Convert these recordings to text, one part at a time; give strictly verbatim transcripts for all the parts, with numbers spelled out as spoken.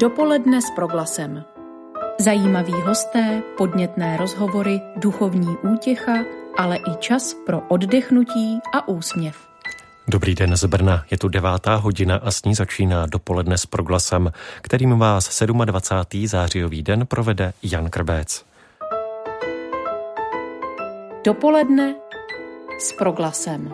Dopoledne s Proglasem. Zajímaví hosté, podnětné rozhovory, duchovní útěcha, ale i čas pro oddechnutí a úsměv. Dobrý den z Brna, je tu devátá hodina a s ní začíná Dopoledne s Proglasem, kterým vás dvacátého sedmého zářijový den provede Jan Krbec. Dopoledne s Proglasem.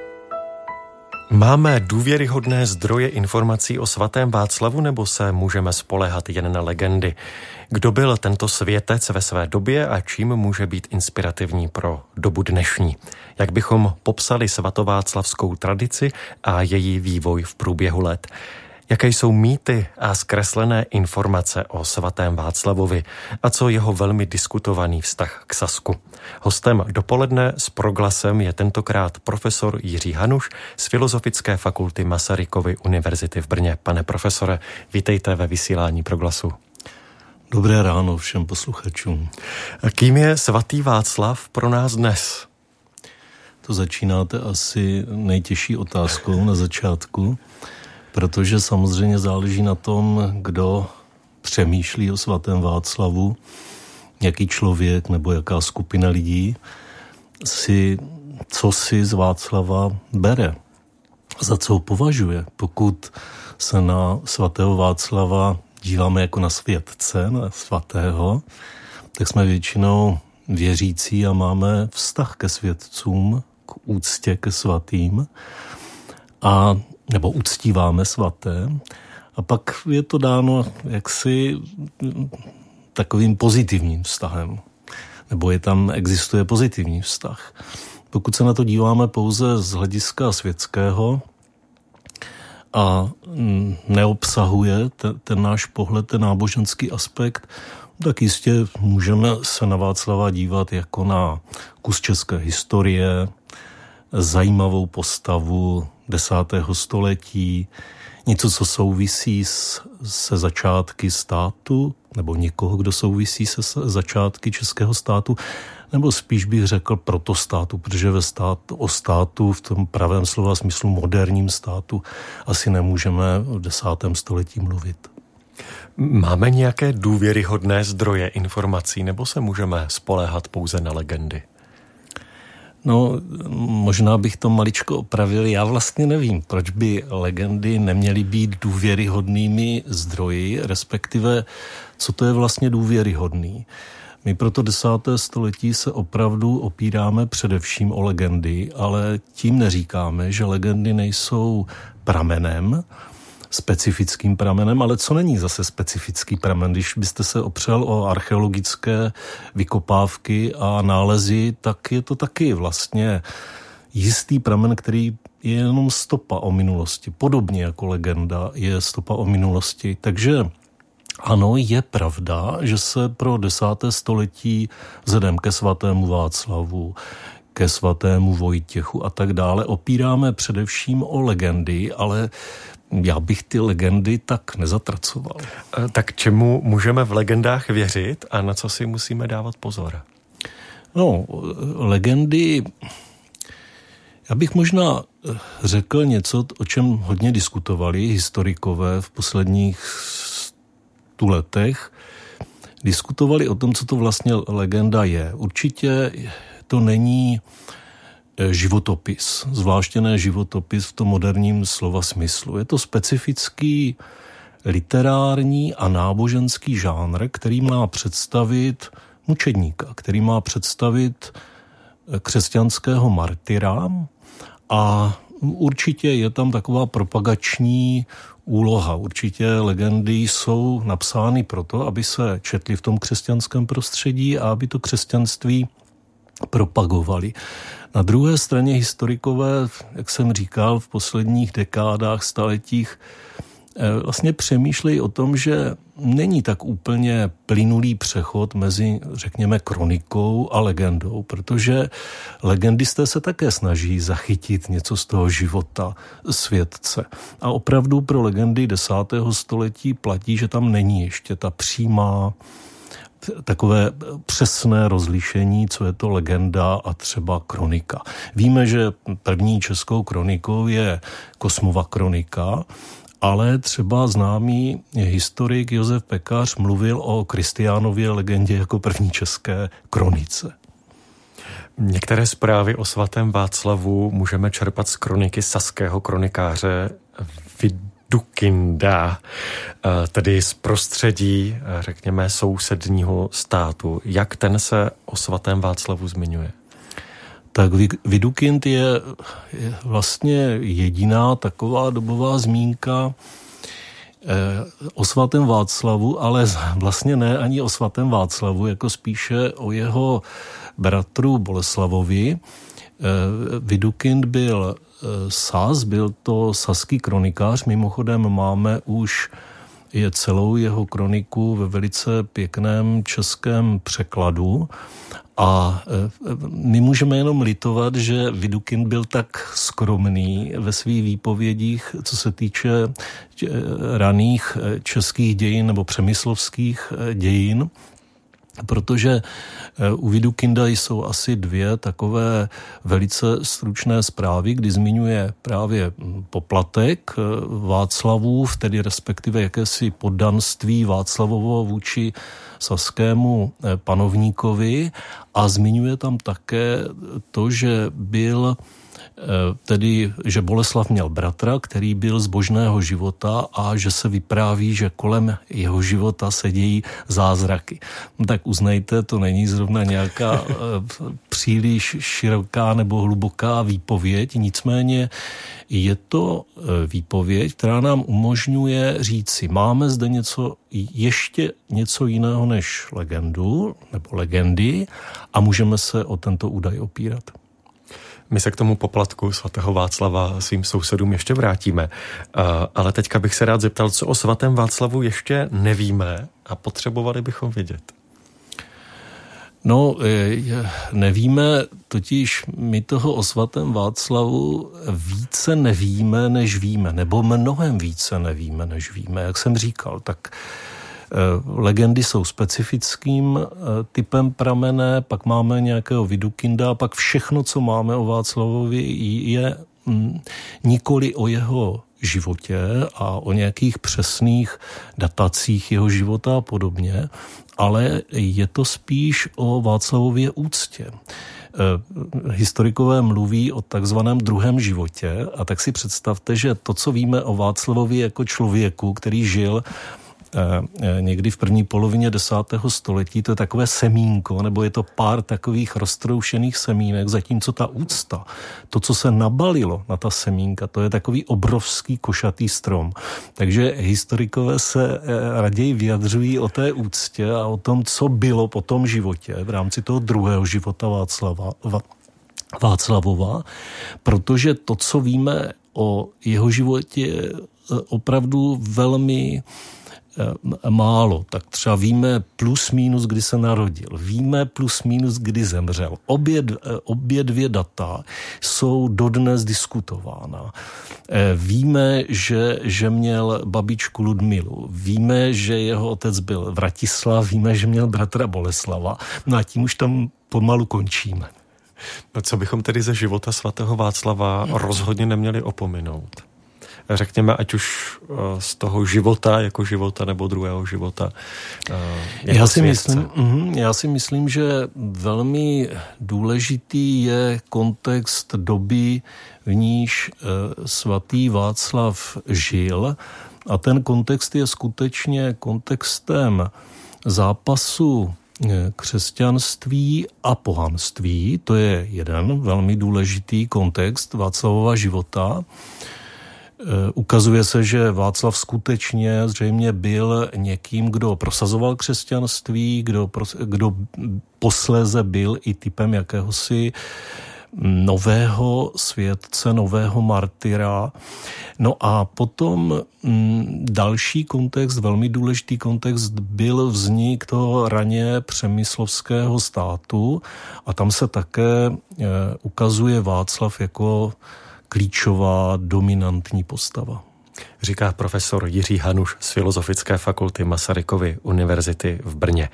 Máme důvěryhodné zdroje informací o svatém Václavu, nebo se můžeme spoléhat jen na legendy? Kdo byl tento světec ve své době a čím může být inspirativní pro dobu dnešní? Jak bychom popsali svatováclavskou tradici a její vývoj v průběhu let? Jaké jsou mýty a zkreslené informace o svatém Václavovi a co jeho velmi diskutovaný vztah k Sasku? Hostem Dopoledne s Proglasem je tentokrát profesor Jiří Hanuš z Filozofické fakulty Masarykovy univerzity v Brně. Pane profesore, vítejte ve vysílání Proglasu. Dobré ráno všem posluchačům. Kým je svatý Václav pro nás dnes? To začínáte asi nejtěžší otázkou na začátku, protože samozřejmě záleží na tom, kdo přemýšlí o svatém Václavu, jaký člověk nebo jaká skupina lidí si, co si z Václava bere, za co ho považuje. Pokud se na svatého Václava díváme jako na světce, na svatého, tak jsme většinou věřící a máme vztah ke světcům, k úctě ke svatým, a nebo uctíváme svaté. A pak je to dáno jaksi takovým pozitivním vztahem. Nebo je tam, existuje pozitivní vztah. Pokud se na to díváme pouze z hlediska světského a neobsahuje ten, ten náš pohled, ten náboženský aspekt, tak jistě můžeme se na Václava dívat jako na kus české historie, zajímavou postavu desátého století, něco, co souvisí s, se začátky státu, nebo někoho, kdo souvisí se začátky českého státu, nebo spíš bych řekl protostátu, protože ve státu, o státu v tom pravém slova smyslu moderním státu asi nemůžeme v desátém století mluvit. Máme nějaké důvěryhodné zdroje informací, nebo se můžeme spoléhat pouze na legendy? No, možná bych to maličko opravil. Já vlastně nevím, proč by legendy neměly být důvěryhodnými zdroji, respektive co to je vlastně důvěryhodný. My pro to desáté století se opravdu opíráme především o legendy, ale tím neříkáme, že legendy nejsou pramenem, specifickým pramenem, ale co není zase specifický pramen? Když byste se opřel o archeologické vykopávky a nálezy, tak je to taky vlastně jistý pramen, který je jenom stopa o minulosti. Podobně jako legenda je stopa o minulosti. Takže ano, je pravda, že se pro desáté století vzhledem ke svatému Václavu, ke svatému Vojtěchu a tak dále opíráme především o legendy, ale já bych ty legendy tak nezatracoval. Tak čemu můžeme v legendách věřit a na co si musíme dávat pozor? No, legendy, já bych možná řekl něco, o čem hodně diskutovali historikové v posledních stu letech. Diskutovali o tom, co to vlastně legenda je. Určitě to není životopis, zvláště ne životopis v tom moderním slova smyslu. Je to specifický literární a náboženský žánr, který má představit mučedníka, který má představit křesťanského martyra a určitě je tam taková propagační úloha. Určitě legendy jsou napsány proto, aby se četly v tom křesťanském prostředí a aby to křesťanství propagovali. Na druhé straně historikové, jak jsem říkal, v posledních dekádách, staletích vlastně přemýšlejí o tom, že není tak úplně plynulý přechod mezi, řekněme, kronikou a legendou, protože legendisté se také snaží zachytit něco z toho života světce. A opravdu pro legendy desátého století platí, že tam není ještě ta přímá takové přesné rozlišení, co je to legenda a třeba kronika. Víme, že první českou kronikou je Kosmova kronika ale třeba známý historik Josef Pekař mluvil o Kristiánově legendě jako první české kronice. Některé zprávy o svatém Václavu můžeme čerpat z kroniky saského kronikáře Widukinda, tedy z prostředí, řekněme, sousedního státu. Jak ten se o svatém Václavu zmiňuje? Tak Widukind je, je vlastně jediná taková dobová zmínka o svatém Václavu, ale vlastně ne ani o svatém Václavu, jako spíše o jeho bratru Boleslavovi. Widukind byl Sas, byl to saský kronikář, mimochodem máme už je celou jeho kroniku ve velice pěkném českém překladu a my můžeme jenom litovat, že Widukind byl tak skromný ve svých výpovědích, co se týče raných českých dějin nebo přemyslovských dějin, protože u Widukinda jsou asi dvě takové velice stručné zprávy, kdy zmiňuje právě poplatek Václavův, tedy respektive jakési poddanství Václavovo vůči saskému panovníkovi a zmiňuje tam také to, že byl tedy, že Boleslav měl bratra, který byl z božného života a že se vypráví, že kolem jeho života se dějí zázraky. No tak uznejte, to není zrovna nějaká příliš široká nebo hluboká výpověď, nicméně je to výpověď, která nám umožňuje říci, máme zde něco, ještě něco jiného než legendu nebo legendy a můžeme se o tento údaj opírat. My se k tomu poplatku svatého Václava svým sousedům ještě vrátíme, ale teďka bych se rád zeptal, co o svatém Václavu ještě nevíme a potřebovali bychom vědět. No, nevíme, totiž my toho o svatém Václavu více nevíme, než víme, nebo mnohem více nevíme, než víme. Jak jsem říkal, tak legendy jsou specifickým typem pramené, pak máme nějakého Widukinda, pak všechno, co máme o Václavovi, je nikoli o jeho životě a o nějakých přesných datacích jeho života a podobně, ale je to spíš o Václavově úctě. Historikové mluví o takzvaném druhém životě a tak si představte, že to, co víme o Václavovi jako člověku, který žil někdy v první polovině desátého století, to je takové semínko, nebo je to pár takových roztroušených semínek, zatímco ta úcta, to, co se nabalilo na ta semínka, to je takový obrovský košatý strom. Takže historikové se raději vyjadřují o té úctě a o tom, co bylo po tom životě v rámci toho druhého života Václava, Václavova, protože to, co víme o jeho životě, je opravdu velmi málo. Tak třeba víme plus minus, kdy se narodil. Víme plus minus, kdy zemřel. Obě, obě dvě data jsou dodnes diskutována. Víme, že, že měl babičku Ludmilu. Víme, že jeho otec byl Vratislav. Víme, že měl bratra Boleslava. No a tím už tam pomalu končíme. No co bychom tedy ze života svatého Václava rozhodně neměli opominout? Řekněme, ať už z toho života jako života nebo druhého života. Jako já, si myslím, já si myslím, že velmi důležitý je kontext doby, v níž svatý Václav žil. A ten kontext je skutečně kontextem zápasu křesťanství a pohanství. To je jeden velmi důležitý kontext Václavova života. Ukazuje se, že Václav skutečně zřejmě byl někým, kdo prosazoval křesťanství, kdo, kdo posléze byl i typem jakéhosi nového světce, nového martyra. No a potom další kontext, velmi důležitý kontext, byl vznik toho raně přemyslovského státu a tam se také ukazuje Václav jako klíčová, dominantní postava. Říká profesor Jiří Hanuš z Filozofické fakulty Masarykovy univerzity v Brně.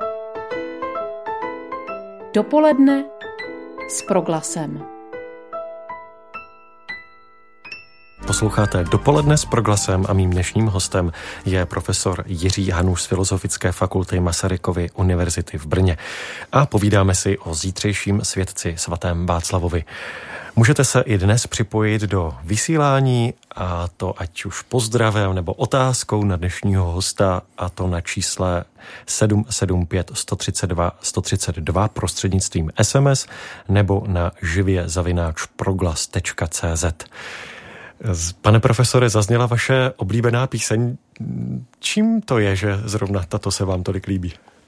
Dopoledne s Proglasem. Posloucháte Dopoledne s Proglasem a mým dnešním hostem je profesor Jiří Hanuš z Filozofické fakulty Masarykovy univerzity v Brně. A povídáme si o zítřejším světci svatém Václavovi. Můžete se i dnes připojit do vysílání, a to ať už pozdravem nebo otázkou na dnešního hosta, a to na čísle sedm sedm pět sto třicet dva sto třicet dva prostřednictvím es em es nebo na živě zavináč proglas tečka cé zet. Pane profesore, zazněla vaše oblíbená píseň. Čím to je, že zrovna tato se vám tolik líbí?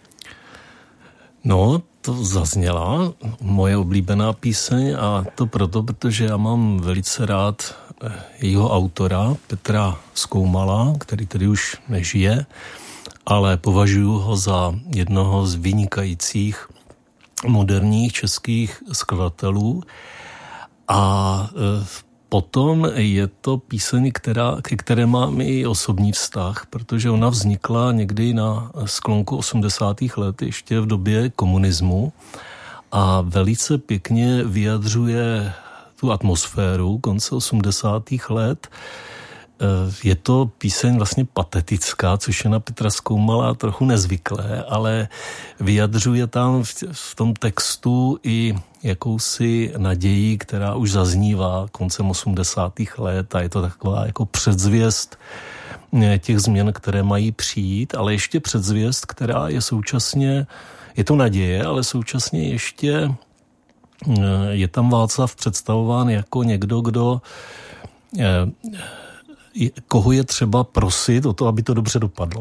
No, to zazněla moje oblíbená píseň a to proto, protože já mám velice rád jejího autora Petra Skoumala, který tedy už nežije, ale považuji ho za jednoho z vynikajících moderních českých skladatelů. A potom je to píseň, která, ke které mám i osobní vztah, protože ona vznikla někdy na sklonku osmdesátých let, ještě v době komunismu, a velice pěkně vyjadřuje tu atmosféru konce osmdesátých let. Je to píseň vlastně patetická, což je na Petra Skoumala trochu nezvyklé, ale vyjadřuje tam v, v tom textu i jakousi naději, která už zaznívá koncem osmdesátých let, a je to taková jako předzvěst těch změn, které mají přijít, ale ještě předzvěst, která je současně, je to naděje, ale současně ještě je tam Václav představován jako někdo, kdo koho je třeba prosit o to, aby to dobře dopadlo.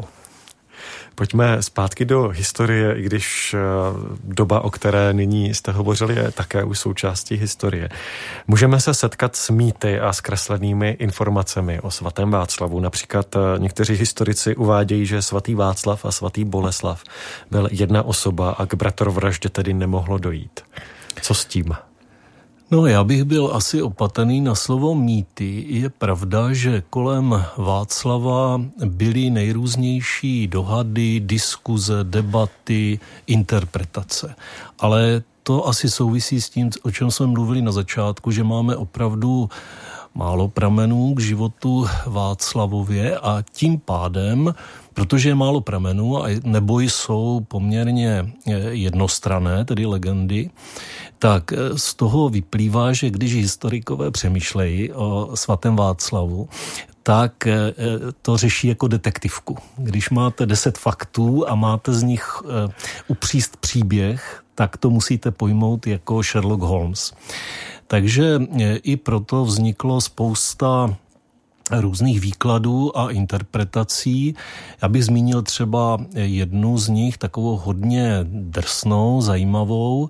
Pojďme zpátky do historie, i když doba, o které nyní jste hovořili, je také už součástí historie. Můžeme se setkat s mýty a zkreslenými informacemi o svatém Václavu. Například někteří historici uvádějí, že svatý Václav a svatý Boleslav byl jedna osoba a k bratrovraždě tedy nemohlo dojít. Co s tím? No, já bych byl asi opatrný na slovo mýty. Je pravda, že kolem Václava byly nejrůznější dohady, diskuze, debaty, interpretace. Ale to asi souvisí s tím, o čem jsme mluvili na začátku, že máme opravdu málo pramenů k životu Václavově a tím pádem, protože je málo pramenů a nebo jsou poměrně jednostranné, tedy legendy, tak z toho vyplývá, že když historikové přemýšlejí o svatém Václavu, tak to řeší jako detektivku. Když máte deset faktů a máte z nich upříst příběh, tak to musíte pojmout jako Sherlock Holmes. Takže i proto vzniklo spousta různých výkladů a interpretací. Já bych zmínil třeba jednu z nich, takovou hodně drsnou, zajímavou.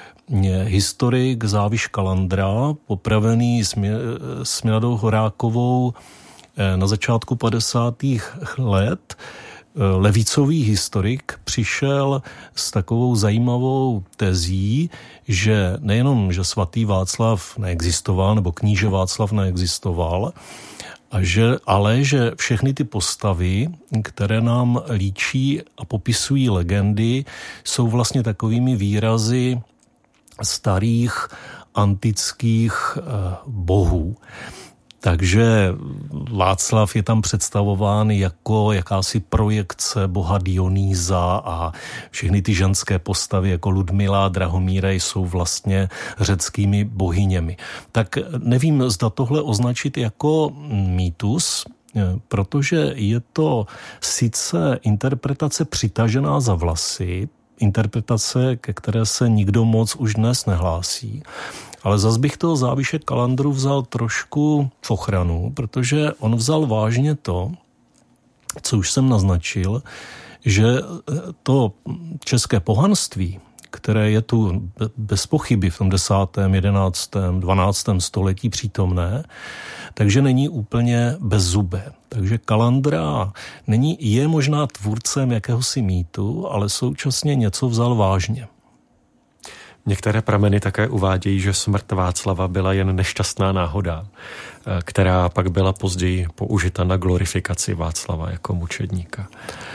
Historik Záviš Kalandra, popravený s Miladou Horákovou na začátku padesátých let, levicový historik, přišel s takovou zajímavou tezí, že nejenom, že svatý Václav neexistoval, nebo kníže Václav neexistoval, a že, ale že všechny ty postavy, které nám líčí a popisují legendy, jsou vlastně takovými výrazy starých antických bohů. Takže Václav je tam představován jako jakási projekce boha Dionýza a všechny ty ženské postavy jako Ludmila, Drahomíra jsou vlastně řeckými bohyněmi. Tak nevím, zda tohle označit jako mýtus, protože je to sice interpretace přitažená za vlasy, interpretace, ke které se nikdo moc už dnes nehlásí. Ale zas bych toho Záviše Kalandru vzal trošku v ochranu, protože on vzal vážně to, co už jsem naznačil, že to české pohanství, které je tu bez pochyby v tom desátém, jedenáctém, dvanáctém století přítomné, takže není úplně bezzubé. Takže Kalandra není, je možná tvůrcem jakéhosi mýtu, ale současně něco vzal vážně. Některé prameny také uvádějí, že smrt Václava byla jen nešťastná náhoda, která pak byla později použita na glorifikaci Václava jako mučedníka.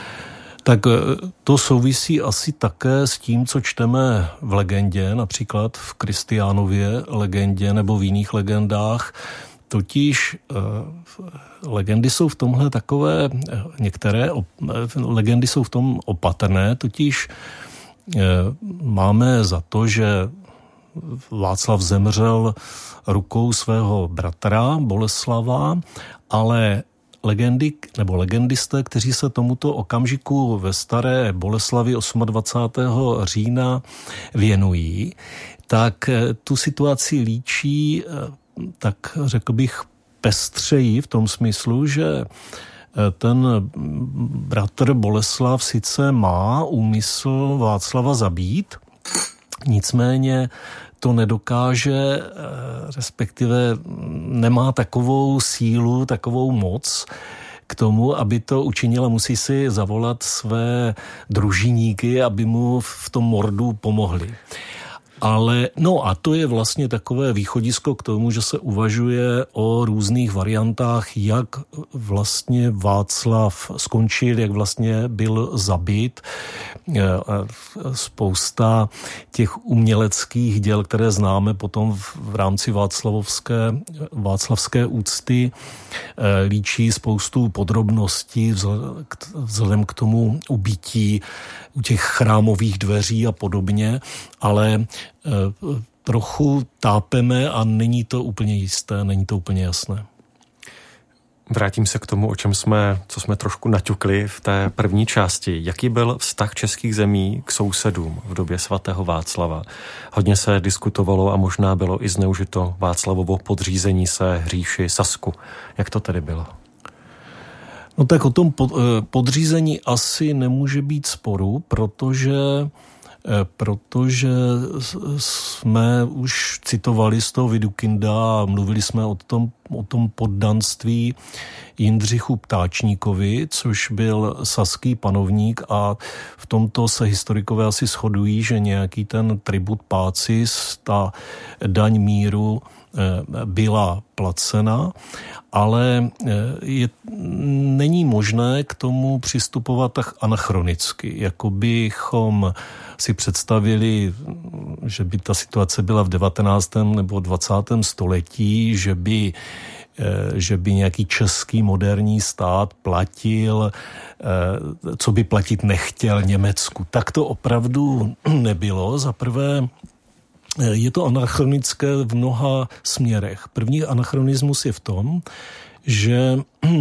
Tak to souvisí asi také s tím, co čteme v legendě, například v Kristiánově legendě nebo v jiných legendách. Totiž legendy jsou v tomhle takové, některé legendy jsou v tom opatrné, totiž máme za to, že Václav zemřel rukou svého bratra Boleslava, ale legendy nebo legendisté, kteří se tomuto okamžiku ve staré Boleslavi dvacátého osmého října věnují, tak tu situaci líčí, tak řekl bych, pestřeji v tom smyslu, že ten bratr Boleslav sice má úmysl Václava zabít, nicméně to nedokáže, respektive nemá takovou sílu, takovou moc k tomu, aby to učinila. Musí si zavolat své družiníky, aby mu v tom mordu pomohli. Ale, no a to je vlastně takové východisko k tomu, že se uvažuje o různých variantách, jak vlastně Václav skončil, jak vlastně byl zabit. Spousta těch uměleckých děl, které známe potom v rámci václavovské, václavské úcty, líčí spoustu podrobností vzhledem k tomu ubití u těch chrámových dveří a podobně, ale trochu tápeme a není to úplně jisté, není to úplně jasné. Vrátím se k tomu, o čem jsme, co jsme trošku naťukli v té první části. Jaký byl vztah českých zemí k sousedům v době svatého Václava? Hodně se diskutovalo a možná bylo i zneužito Václavovo podřízení se říši Sasku. Jak to tedy bylo? No tak o tom podřízení asi nemůže být sporu, protože protože jsme už citovali z toho Vidukynda a mluvili jsme o tom, o tom poddanství Jindřichu Ptáčníkovi, což byl saský panovník, a v tomto se historikové asi shodují, že nějaký ten tribut pacis, ta daň míru, byla placena, ale je, není možné k tomu přistupovat tak anachronicky, jako bychom si představili, že by ta situace byla v devatenáctém nebo dvacátém století, že by, že by nějaký český moderní stát platil, co by platit nechtěl Německu. Tak to opravdu nebylo. Za prvé, je to anachronické v mnoha směrech. První anachronismus je v tom, že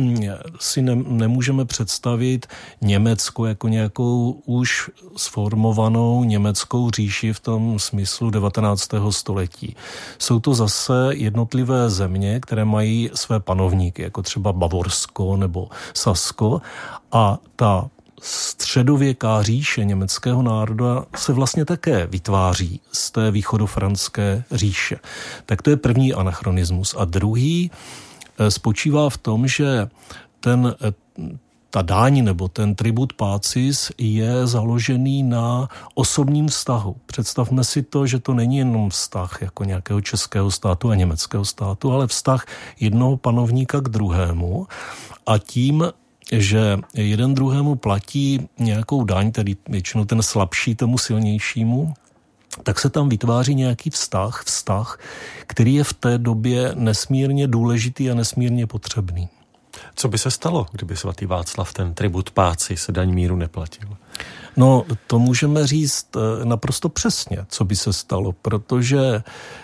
si ne, nemůžeme představit Německo jako nějakou už sformovanou německou říši v tom smyslu devatenáctého století. Jsou to zase jednotlivé země, které mají své panovníky, jako třeba Bavorsko nebo Sasko, a ta středověká říše německého národa se vlastně také vytváří z té východofranské říše. Tak to je první anachronismus. A druhý spočívá v tom, že ten, ta daň nebo ten tribut pacis je založený na osobním vztahu. Představme si to, že to není jenom vztah jako nějakého českého státu a německého státu, ale vztah jednoho panovníka k druhému, a tím, že jeden druhému platí nějakou daň, tedy většinou ten slabší tomu silnějšímu, tak se tam vytváří nějaký vztah, vztah, který je v té době nesmírně důležitý a nesmírně potřebný. Co by se stalo, kdyby svatý Václav ten tribut pacis, daň míru, neplatil? No, to můžeme říct naprosto přesně, co by se stalo, protože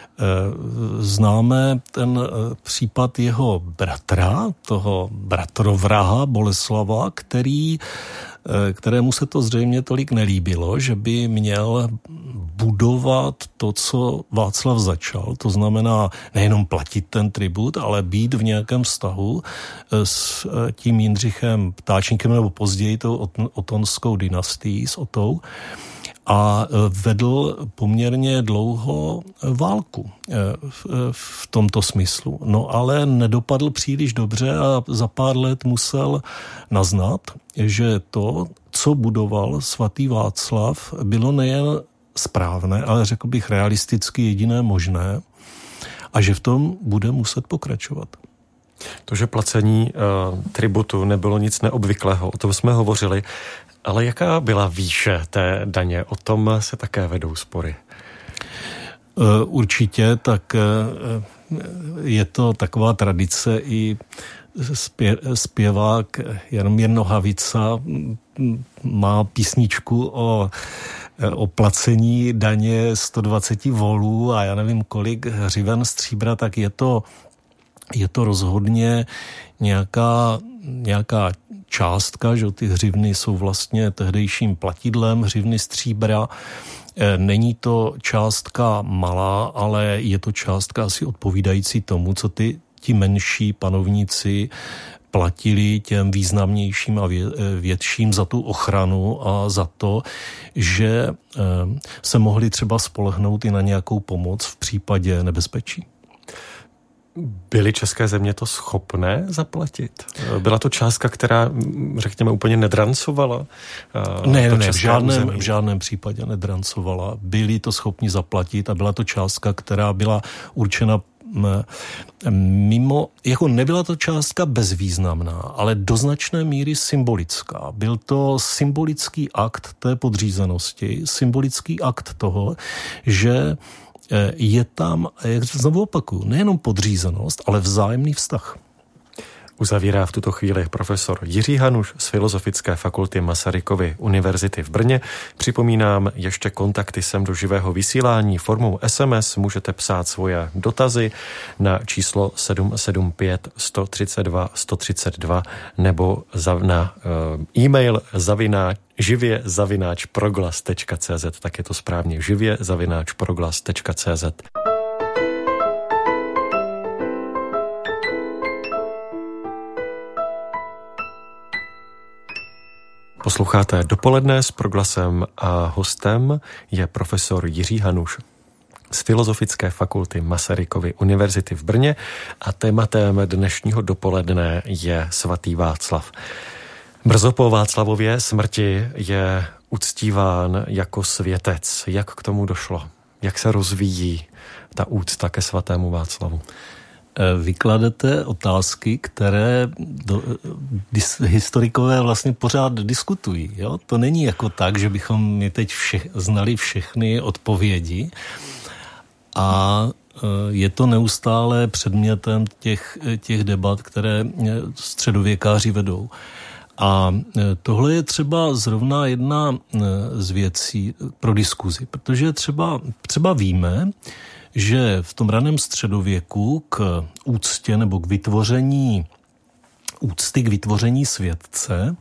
známe ten případ jeho bratra, toho bratrovraha Boleslava, který, kterému se to zřejmě tolik nelíbilo, že by měl budovat to, co Václav začal. To znamená nejenom platit ten tribut, ale být v nějakém vztahu s tím Jindřichem Ptáčníkem nebo později tou otonskou dynastií s Otou. A vedl poměrně dlouho válku v tomto smyslu. No ale nedopadl příliš dobře a za pár let musel naznat, že to, co budoval svatý Václav, bylo nejen správné, ale řekl bych realisticky jediné možné, a že v tom bude muset pokračovat. To, že placení uh, tributu nebylo nic neobvyklého, o tom jsme hovořili, ale jaká byla výše té daně? O tom se také vedou spory. Určitě, tak je to taková tradice i zpě, zpěvák Jaromír Nohavica má písničku o, o placení daně sto dvacet volů a já nevím kolik hřiven stříbra, tak je to, je to rozhodně nějaká, nějaká částka, že ty hřivny jsou vlastně tehdejším platidlem hřivny stříbra. Není to částka malá, ale je to částka asi odpovídající tomu, co ty ti menší panovníci platili těm významnějším a větším za tu ochranu a za to, že se mohli třeba spolehnout i na nějakou pomoc v případě nebezpečí. Byly české země to schopné zaplatit? Byla to částka, která, řekněme, úplně nedrancovala? Ne, ne, ne v, žádném, v žádném případě nedrancovala. Byli to schopni zaplatit a byla to částka, která byla určena mimo, jako nebyla to částka bezvýznamná, ale do značné míry symbolická. Byl to symbolický akt té podřízenosti, symbolický akt toho, že je tam, jak znovu opakuju, nejenom podřízenost, ale vzájemný vztah. Uzavírá v tuto chvíli profesor Jiří Hanuš z Filozofické fakulty Masarykovy univerzity v Brně. Připomínám ještě kontakty sem do živého vysílání. Formou es em es můžete psát svoje dotazy na číslo sedm sedm pět sto třicet dva sto třicet dva nebo na e-mail zavináč živě zavináč proglas tečka cé zet, tak je to správně živě zavináč proglas tečka cé zet. Posloucháte Dopoledne s Proglasem a hostem je profesor Jiří Hanuš z Filozofické fakulty Masarykovy univerzity v Brně a tématem dnešního dopoledne je svatý Václav. Brzo po Václavově smrti je uctíván jako světec. Jak k tomu došlo? Jak se rozvíjí ta úcta ke svatému Václavu? Vykladete otázky, které do, dis, historikové vlastně pořád diskutují. Jo? To není jako tak, že bychom my teď vše, znali všechny odpovědi a je to neustále předmětem těch, těch debat, které středověkáři vedou. A tohle je třeba zrovna jedna z věcí pro diskuzi, protože třeba, třeba víme, že v tom raném středověku k úctě nebo k vytvoření úcty, k vytvoření světce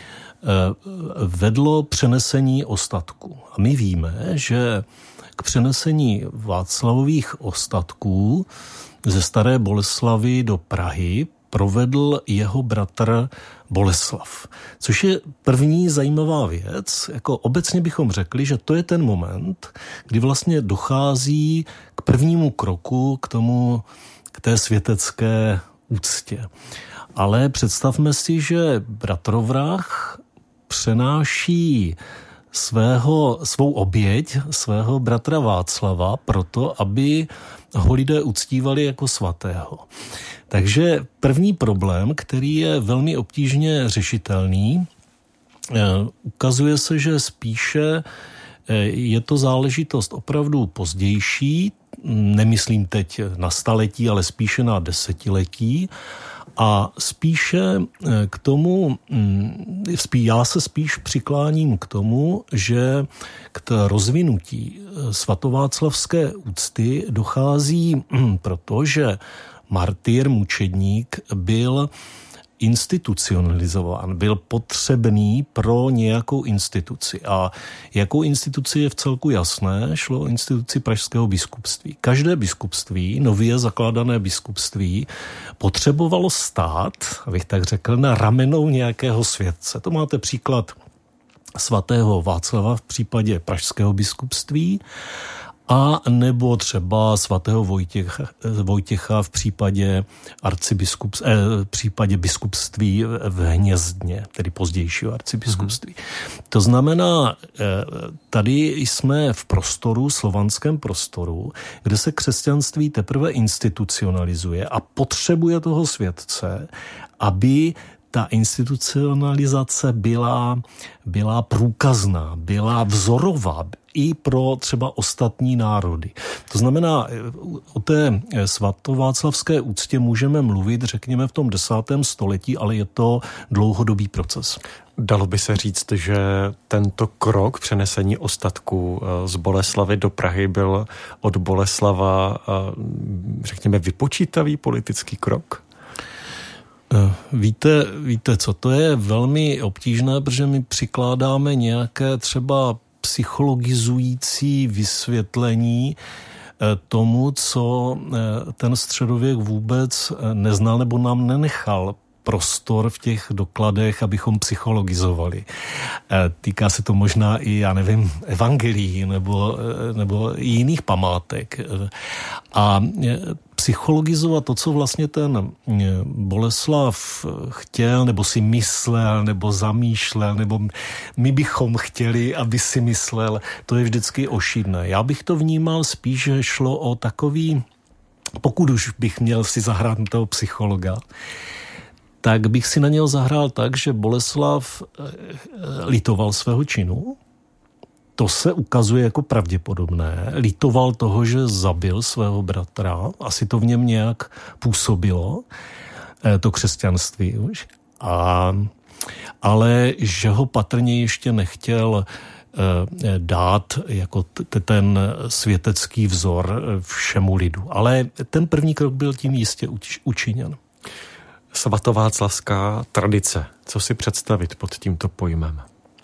vedlo přenesení ostatků. A my víme, že k přenesení Václavových ostatků ze Staré Boleslavy do Prahy provedl jeho bratr Boleslav. Což je první zajímavá věc. Jako obecně bychom řekli, že to je ten moment, kdy vlastně dochází k prvnímu kroku k tomu, k té světecké úctě. Ale představme si, že bratrovrah přenáší svého, svou oběť, svého bratra Václava proto, aby ho lidé uctívali jako svatého. Takže první problém, který je velmi obtížně řešitelný, ukazuje se, že spíše je to záležitost opravdu pozdější, nemyslím teď na staletí, ale spíše na desetiletí, a spíše k tomu, já se spíš přikláním k tomu, že k rozvinutí svatováclavské úcty dochází, protože martyr, mučedník byl institucionalizován, byl potřebný pro nějakou instituci. A jakou instituci je v celku jasné, šlo o instituci pražského biskupství. Každé biskupství, nově zakládané biskupství, potřebovalo stát, abych tak řekl, na ramenou nějakého světce. To máte příklad svatého Václava v případě pražského biskupství, a nebo třeba svatého Vojtěcha, Vojtěcha v případě arcibiskup, eh, v případě biskupství v Hnězdně, tedy pozdějšího arcibiskupství. Mm-hmm. To znamená, eh, tady jsme v prostoru, slovanském prostoru, kde se křesťanství teprve institucionalizuje a potřebuje toho světce, aby ta institucionalizace byla, byla průkazná, byla vzorová i pro třeba ostatní národy. To znamená, o té svatováclavské úctě můžeme mluvit, řekněme, v tom desátém století, ale je to dlouhodobý proces. Dalo by se říct, že tento krok přenesení ostatků z Boleslavy do Prahy byl od Boleslava, řekněme, vypočítavý politický krok? Víte, víte co, to je velmi obtížné, protože my přikládáme nějaké třeba psychologizující vysvětlení tomu, co ten středověk vůbec neznal nebo nám nenechal prostor v těch dokladech, abychom psychologizovali. Týká se to možná i, já nevím, evangelií nebo, nebo jiných památek. A psychologizovat to, co vlastně ten Boleslav chtěl, nebo si myslel, nebo zamýšlel, nebo my bychom chtěli, aby si myslel, to je vždycky ošidné. Já bych to vnímal spíš, že šlo o takový, pokud už bych měl si zahrát na toho psychologa, tak bych si na něho zahrál tak, že Boleslav litoval svého činu. To se ukazuje jako pravděpodobné. Litoval toho, že zabil svého bratra. Asi to v něm nějak působilo, to křesťanství už. A, ale že ho patrně ještě nechtěl dát jako t- ten světecký vzor všemu lidu. Ale ten první krok byl tím jistě uč- učiněn. Svatováclavská tradice. Co si představit pod tímto pojmem?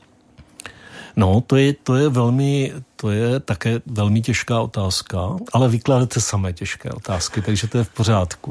No, to je, to je velmi, to je také velmi těžká otázka, ale vykládáte samé těžké otázky, takže to je v pořádku.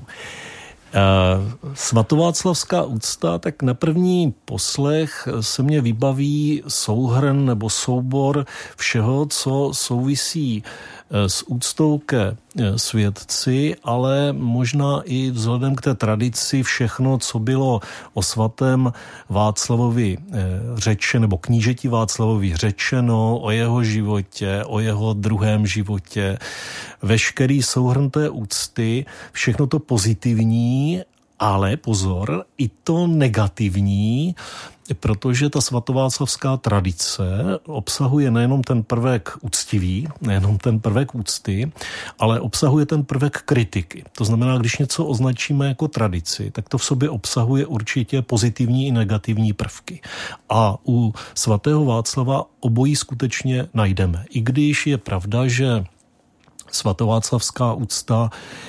Svatováclavská úcta, tak na první poslech se mě vybaví souhrn nebo soubor všeho, co souvisí s úctou ke světci, ale možná i vzhledem k té tradici všechno, co bylo o svatém Václavovi řečeno, nebo knížeti Václavovi řečeno, o jeho životě, o jeho druhém životě, veškerý souhrn té úcty, všechno to pozitivní, ale pozor, i to negativní, protože ta svatováclavská tradice obsahuje nejenom ten prvek úctivý, nejenom ten prvek úcty, ale obsahuje ten prvek kritiky. To znamená, když něco označíme jako tradici, tak to v sobě obsahuje určitě pozitivní i negativní prvky. A u svatého Václava obojí skutečně najdeme. I když je pravda, že svatováclavská úcta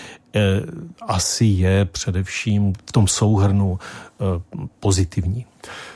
asi je především v tom souhrnu pozitivní.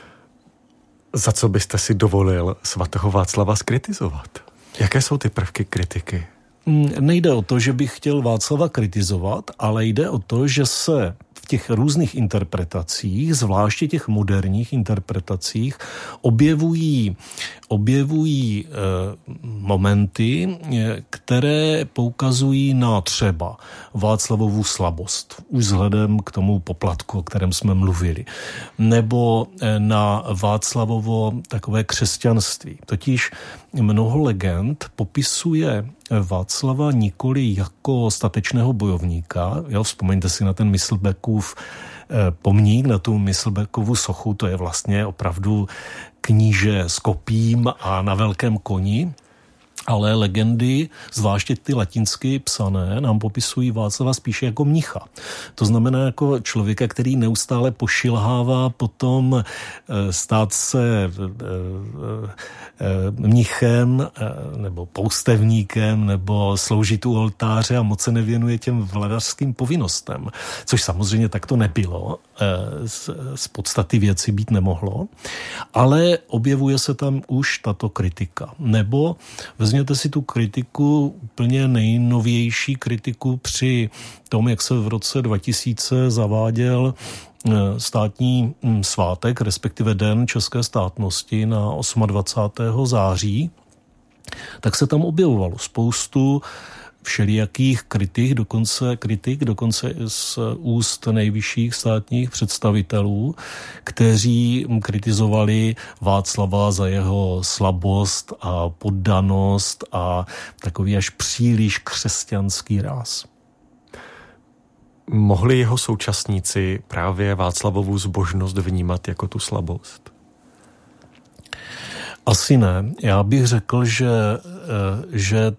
Za co byste si dovolil svatého Václava skritizovat? Jaké jsou ty prvky kritiky? Nejde o to, že bych chtěl Václava kritizovat, ale jde o to, že se v těch různých interpretacích, zvláště těch moderních interpretacích, objevují, objevují e, momenty, které poukazují na třeba Václavovu slabost, už vzhledem k tomu poplatku, o kterém jsme mluvili, nebo na Václavovo takové křesťanství. Totiž mnoho legend popisuje Václava nikoli jako statečného bojovníka. Jo, vzpomeňte si na ten Myslbekův pomník, na tu Myslbekovu sochu, to je vlastně opravdu kníže s kopím a na velkém koni. Ale legendy, zvláště ty latinsky psané, nám popisují Václava spíše jako mnicha. To znamená jako člověka, který neustále pošilhává potom stát se mnichem nebo poustevníkem nebo sloužit u oltáře a moc se nevěnuje těm vladařským povinnostem. Což samozřejmě takto nebylo. Z podstaty věci být nemohlo. Ale objevuje se tam už tato kritika. Nebo vezměte si tu kritiku, úplně nejnovější kritiku při tom, jak se v roce dva tisíce zaváděl státní svátek, respektive Den české státnosti na dvacátého osmého září, tak se tam objevovalo spoustu všelijakých kritik, dokonce kritik, dokonce z úst nejvyšších státních představitelů, kteří kritizovali Václava za jeho slabost a poddanost a takový až příliš křesťanský ráz. Mohli jeho současníci právě Václavovu zbožnost vnímat jako tu slabost? Asi ne. Já bych řekl, že, že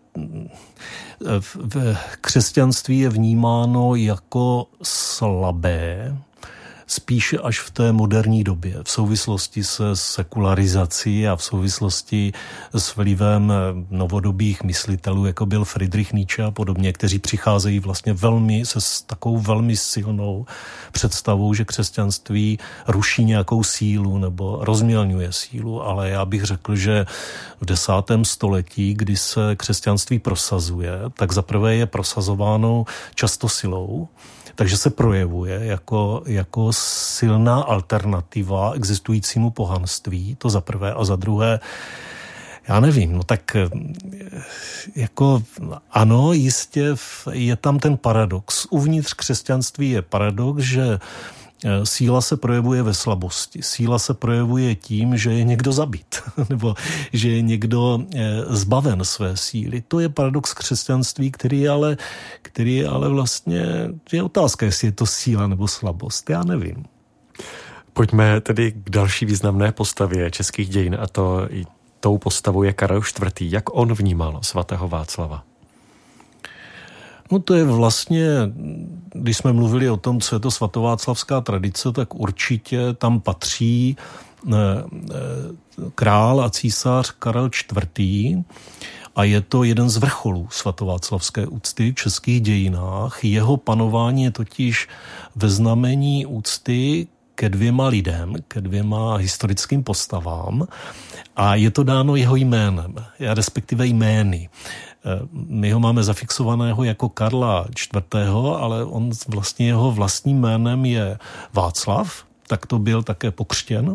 křesťanství je vnímáno jako slabé, spíše až v té moderní době, v souvislosti se sekularizací a v souvislosti s vlivem novodobých myslitelů, jako byl Friedrich Nietzsche a podobně, kteří přicházejí vlastně velmi se s takovou velmi silnou představou, že křesťanství ruší nějakou sílu nebo rozmělňuje sílu, ale já bych řekl, že v desátém století, kdy se křesťanství prosazuje, tak zaprvé je prosazováno často silou, takže se projevuje jako, jako silná alternativa existujícímu pohanství, to za prvé, a za druhé, já nevím, no tak jako ano, jistě je tam ten paradox. Uvnitř křesťanství je paradox, že síla se projevuje ve slabosti. Síla se projevuje tím, že je někdo zabit, nebo že je někdo zbaven své síly. To je paradox křesťanství, který je ale, který je ale vlastně, je otázka, jestli je to síla nebo slabost. Já nevím. Pojďme tedy k další významné postavě českých dějin, a to tou postavou je Karel čtvrtý. Jak on vnímal svatého Václava? No to je vlastně, když jsme mluvili o tom, co je to svatováclavská tradice, tak určitě tam patří král a císař Karel čtvrtý. A je to jeden z vrcholů svatováclavské úcty v českých dějinách. Jeho panování je totiž ve znamení úcty ke dvěma lidem, ke dvěma historickým postavám a je to dáno jeho jménem, respektive jmény. My ho máme zafixovaného jako Karla čtvrtého, ale on vlastně jeho vlastním jménem je Václav, tak to byl také pokřtěn.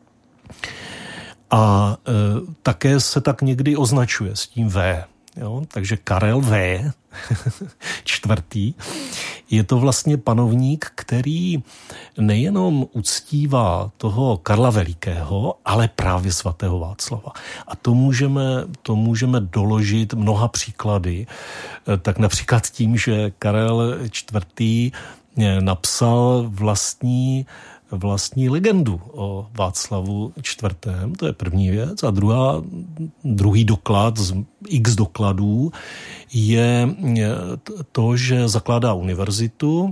A e, také se tak někdy označuje s tím V. Jo? Takže Karel V. čtvrtý. Je to vlastně panovník, který nejenom uctívá toho Karla Velikého, ale právě svatého Václava. A to můžeme, to můžeme doložit mnoha příklady. Tak například tím, že Karel čtvrtý napsal vlastní vlastní legendu o Václavu čtvrtém. To je první věc. A druhá, druhý doklad z x dokladů je to, že zakládá univerzitu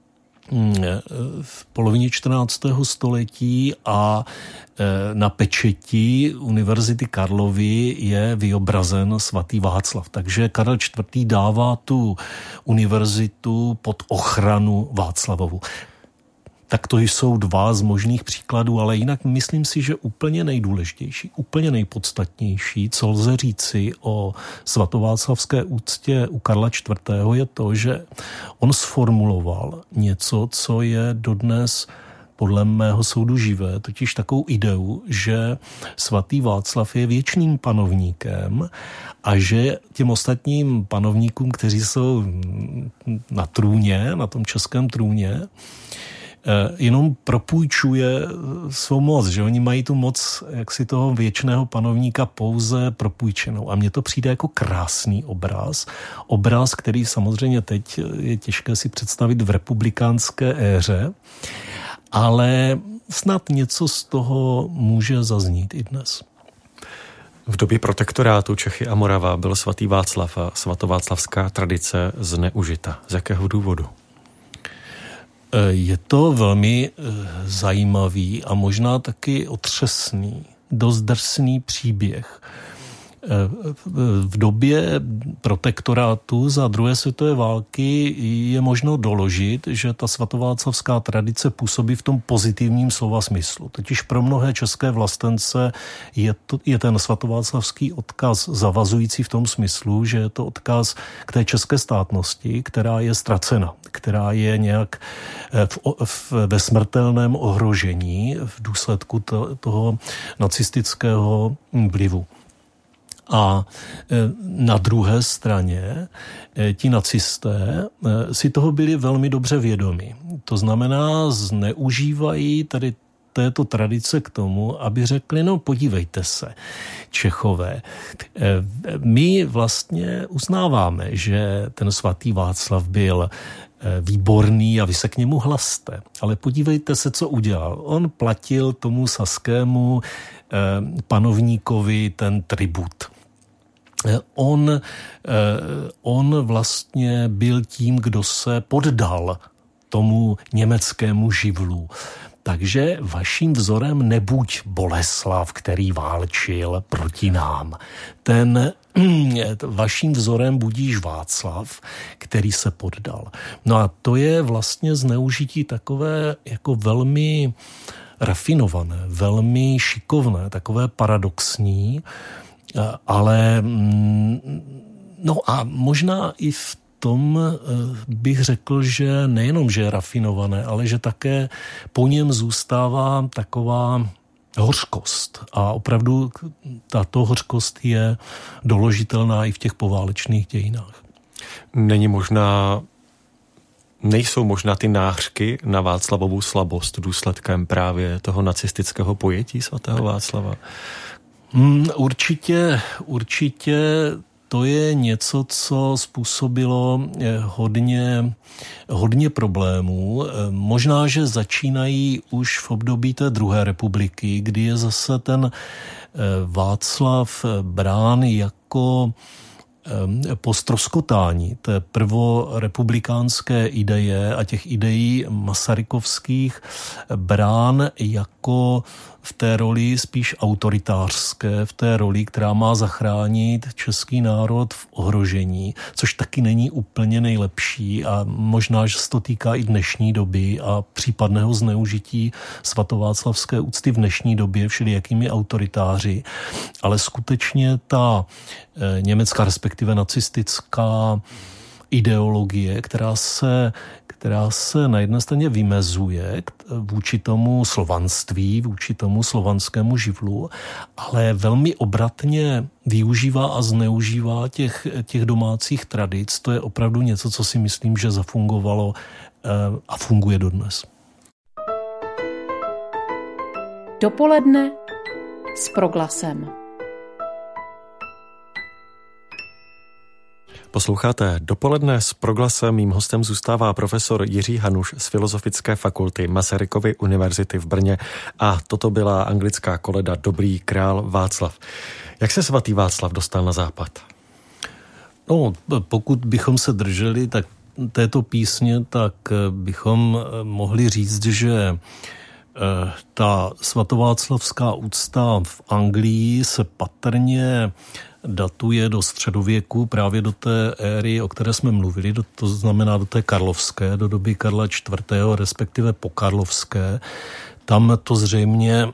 v polovině čtrnáctého století a na pečeti Univerzity Karlovy je vyobrazen svatý Václav. Takže Karel čtvrtý dává tu univerzitu pod ochranu Václavovu. Tak to jsou dva z možných příkladů, ale jinak myslím si, že úplně nejdůležitější, úplně nejpodstatnější, co lze říci o svatováclavské úctě u Karla čtvrtého je to, že on sformuloval něco, co je dodnes podle mého soudu živé, totiž takovou ideu, že svatý Václav je věčným panovníkem a že těm ostatním panovníkům, kteří jsou na trůně, na tom českém trůně, jenom propůjčuje svou moc, že oni mají tu moc jaksi toho věčného panovníka pouze propůjčenou. A mně to přijde jako krásný obraz. Obraz, který samozřejmě teď je těžké si představit v republikánské éře, ale snad něco z toho může zaznít i dnes. V době protektorátu Čechy a Morava byl svatý Václav a svatováclavská tradice zneužita. Z jakého důvodu? Je to velmi zajímavý a možná taky otřesný, dost drsný příběh. V době protektorátu za druhé světové války je možno doložit, že ta svatováclavská tradice působí v tom pozitivním slova smyslu. Totiž pro mnohé české vlastence je, to, je ten svatováclavský odkaz zavazující v tom smyslu, že je to odkaz k té české státnosti, která je ztracena, která je nějak v, v, ve smrtelném ohrožení v důsledku to, toho nacistického vlivu. A na druhé straně ti nacisté si toho byli velmi dobře vědomi. To znamená, zneužívají tady této tradice k tomu, aby řekli, no podívejte se, Čechové, my vlastně uznáváme, že ten svatý Václav byl výborný a vy se k němu hlaste. Ale podívejte se, co udělal. On platil tomu saskému panovníkovi ten tribut. On, on vlastně byl tím, kdo se poddal tomu německému živlu. Takže vaším vzorem nebuď Boleslav, který válčil proti nám. Ten vaším vzorem budíš Václav, který se poddal. No a to je vlastně zneužití takové jako velmi rafinované, velmi šikovné, takové paradoxní, ale no a možná i v tom bych řekl, že nejenom, že je rafinované, ale že také po něm zůstává taková hořkost. A opravdu tato hořkost je doložitelná i v těch poválečných dějinách. Není možná, nejsou možná ty nářky na Václavovu slabost důsledkem právě toho nacistického pojetí svatého Václava? Hmm, určitě, určitě to je něco, co způsobilo hodně, hodně problémů. Možná, že začínají už v období té druhé republiky, kdy je zase ten Václav brán jako po ztroskotání té prvorepublikánské ideje a těch ideí masarykovských brán jako v té roli spíš autoritářské, v té roli, která má zachránit český národ v ohrožení, což taky není úplně nejlepší a možná, že se to týká i dnešní doby a případného zneužití svatováclavské úcty v dnešní době všelijakými autoritáři. Ale skutečně ta německá, respektive nacistická ideologie, která se, která se na jedné straně vymezuje vůči tomu slovanství, vůči tomu slovanskému živlu, ale velmi obratně využívá a zneužívá těch, těch domácích tradic. To je opravdu něco, co si myslím, že zafungovalo a funguje dodnes. Dopoledne s Proglasem. Posloucháte Dopoledne s Proglasem. Mým hostem zůstává profesor Jiří Hanuš z Filozofické fakulty Masarykovy univerzity v Brně a toto byla anglická koleda Dobrý král Václav. Jak se svatý Václav dostal na západ? No, pokud bychom se drželi tak této písně, tak bychom mohli říct, že ta svatováclavská úcta v Anglii se patrně datuje do středověku, právě do té éry, o které jsme mluvili, do, to znamená do té karlovské, do doby Karla čtvrtého, respektive pokarlovské. Tam to zřejmě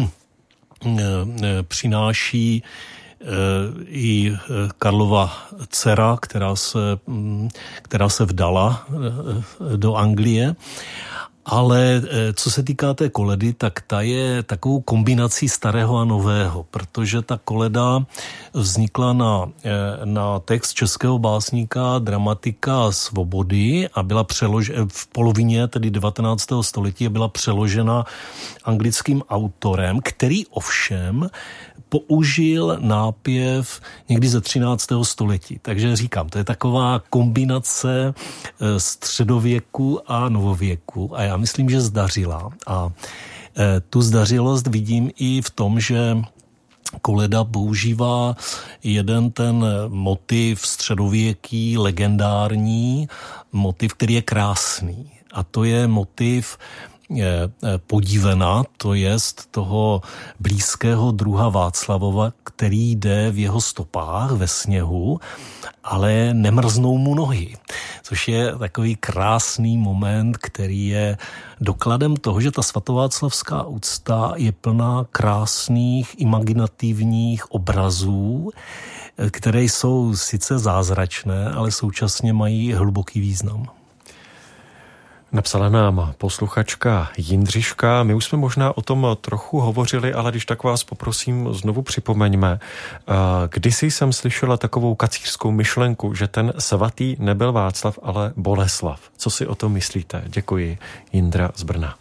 přináší i Karlova dcera, která se, která se vdala do Anglie. Ale co se týká té koledy, tak ta je takovou kombinací starého a nového, protože ta koleda vznikla na, na text českého básníka, dramatika Svobody a byla přeložena v polovině, tedy devatenáctého století, a byla přeložena anglickým autorem, který ovšem použil nápěv někdy ze třináctého století. Takže říkám, to je taková kombinace středověku a novověku a já myslím, že zdařila. A tu zdařilost vidím i v tom, že koleda používá jeden ten motiv středověký, legendární, motiv, který je krásný. A to je motiv podívena, to jest toho blízkého druha Václavova, který jde v jeho stopách ve sněhu, ale nemrznou mu nohy. Což je takový krásný moment, který je dokladem toho, že ta svatováclavská úcta je plná krásných, imaginativních obrazů, které jsou sice zázračné, ale současně mají hluboký význam. Napsala nám posluchačka Jindřiška. My už jsme možná o tom trochu hovořili, ale když tak vás poprosím, znovu připomeňme. Kdysi jsem slyšela takovou kacířskou myšlenku, že ten svatý nebyl Václav, ale Boleslav. Co si o tom myslíte? Děkuji, Jindra z Brna.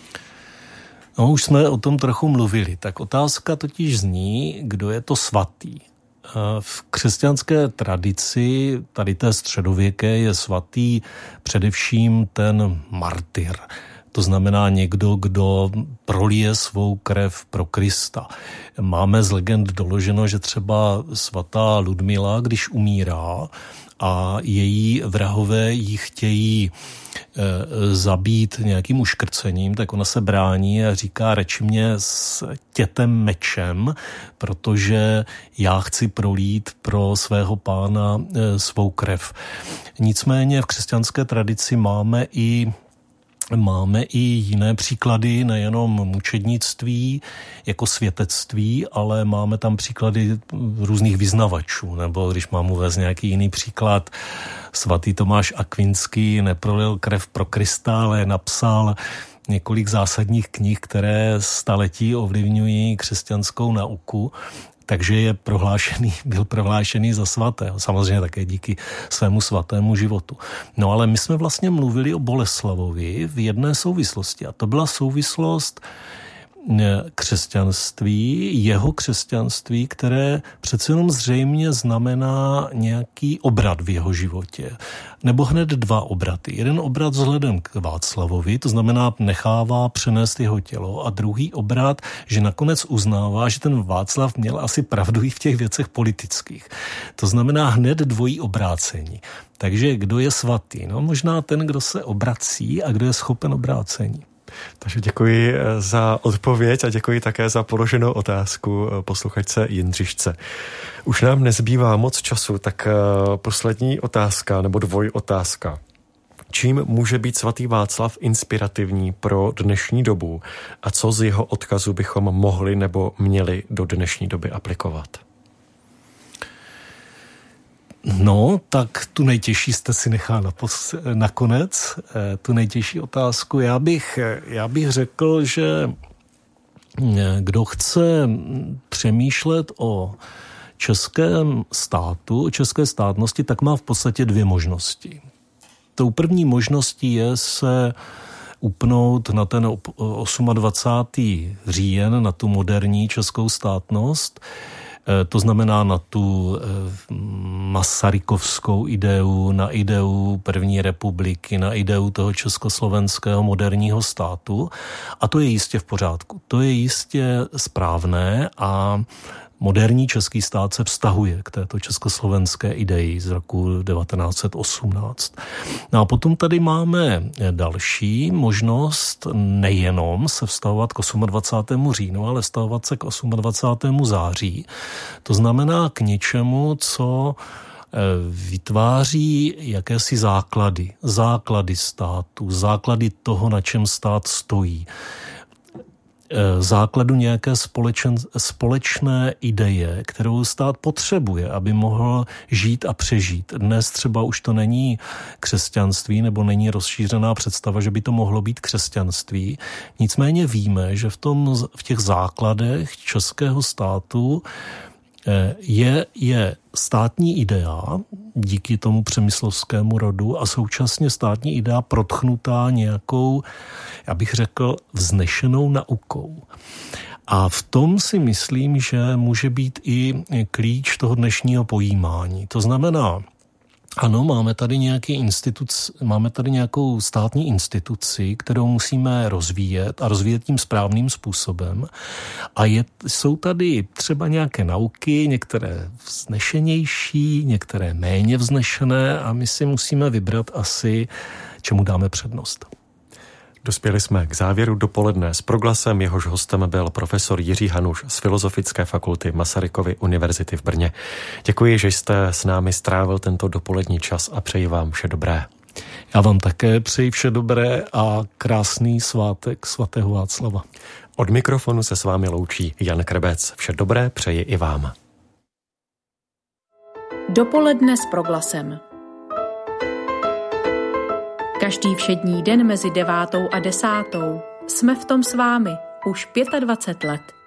No, už jsme o tom trochu mluvili. Tak otázka totiž zní, kdo je to svatý. V křesťanské tradici, tady té středověké, je svatý především ten martyr. To znamená někdo, kdo prolije svou krev pro Krista. Máme z legend doloženo, že třeba svatá Ludmila, když umírá a její vrahové ji chtějí e, zabít nějakým uškrcením, tak ona se brání a říká, reči mě s tětem mečem, protože já chci prolít pro svého pána e, svou krev. Nicméně v křesťanské tradici máme i Máme i jiné příklady, nejenom mučednictví jako světectví, ale máme tam příklady různých vyznavačů, nebo když mám uvést nějaký jiný příklad, svatý Tomáš Akvinský neprolil krev pro Krista, ale napsal několik zásadních knih, které staletí ovlivňují křesťanskou nauku. Takže je prohlášený, byl prohlášený za svatého. Samozřejmě také díky svému svatému životu. No ale my jsme vlastně mluvili o Boleslavovi v jedné souvislosti. A to byla souvislost křesťanství, jeho křesťanství, které přece jenom zřejmě znamená nějaký obrat v jeho životě. Nebo hned dva obraty. Jeden obrat vzhledem k Václavovi, to znamená nechává přenést jeho tělo, a druhý obrat, že nakonec uznává, že ten Václav měl asi pravdu i v těch věcech politických. To znamená hned dvojí obrácení. Takže kdo je svatý? No možná ten, kdo se obrací a kdo je schopen obrácení. Takže děkuji za odpověď a děkuji také za položenou otázku posluchačce Jindřišce. Už nám nezbývá moc času, tak poslední otázka nebo dvojotázka. Čím může být svatý Václav inspirativní pro dnešní dobu a co z jeho odkazu bychom mohli nebo měli do dnešní doby aplikovat? No, tak tu nejtěžší jste si nechal napos- nakonec, tu nejtěžší otázku. Já bych, já bych řekl, že kdo chce přemýšlet o českém státu, o české státnosti, tak má v podstatě dvě možnosti. Tou první možností je se upnout na ten dvacátého osmého říjen, na tu moderní českou státnost. To znamená na tu masarykovskou ideu, na ideu první republiky, na ideu toho československého moderního státu. A to je jistě v pořádku. To je jistě správné a moderní český stát se vztahuje k této československé ideji z roku devatenáct set osmnáct. No a potom tady máme další možnost nejenom se vztahovat k dvacátému osmého říjnu, ale vztahovat se k dvacátému osmého září. To znamená k něčemu, co vytváří jakési základy, základy státu, základy toho, na čem stát stojí. Základu nějaké společen, společné ideje, kterou stát potřebuje, aby mohl žít a přežít. Dnes třeba už to není křesťanství, nebo není rozšířená představa, že by to mohlo být křesťanství. Nicméně víme, že v, tom, v těch základech českého státu je, je státní idea díky tomu přemyslovskému rodu a současně státní idea protchnutá nějakou, já bych řekl, vznešenou naukou. A v tom si myslím, že může být i klíč toho dnešního pojímání. To znamená, ano, máme tady nějaký instituc, máme tady nějakou státní instituci, kterou musíme rozvíjet a rozvíjet tím správným způsobem. A je, jsou tady třeba nějaké nauky, některé vznešenější, některé méně vznešené a my si musíme vybrat asi, čemu dáme přednost. Dospěli jsme k závěru dopoledne s proglasem, jehož hostem byl profesor Jiří Hanuš z Filozofické fakulty Masarykovy univerzity v Brně. Děkuji, že jste s námi strávil tento dopolední čas a přeji vám vše dobré. Já vám také přeji vše dobré a krásný svátek svatého Václava. Od mikrofonu se s vámi loučí Jan Krebec. Vše dobré přeji i vám. Dopoledne s proglasem. Každý všední den mezi devátou a desátou jsme v tom s vámi už dvacet pět let.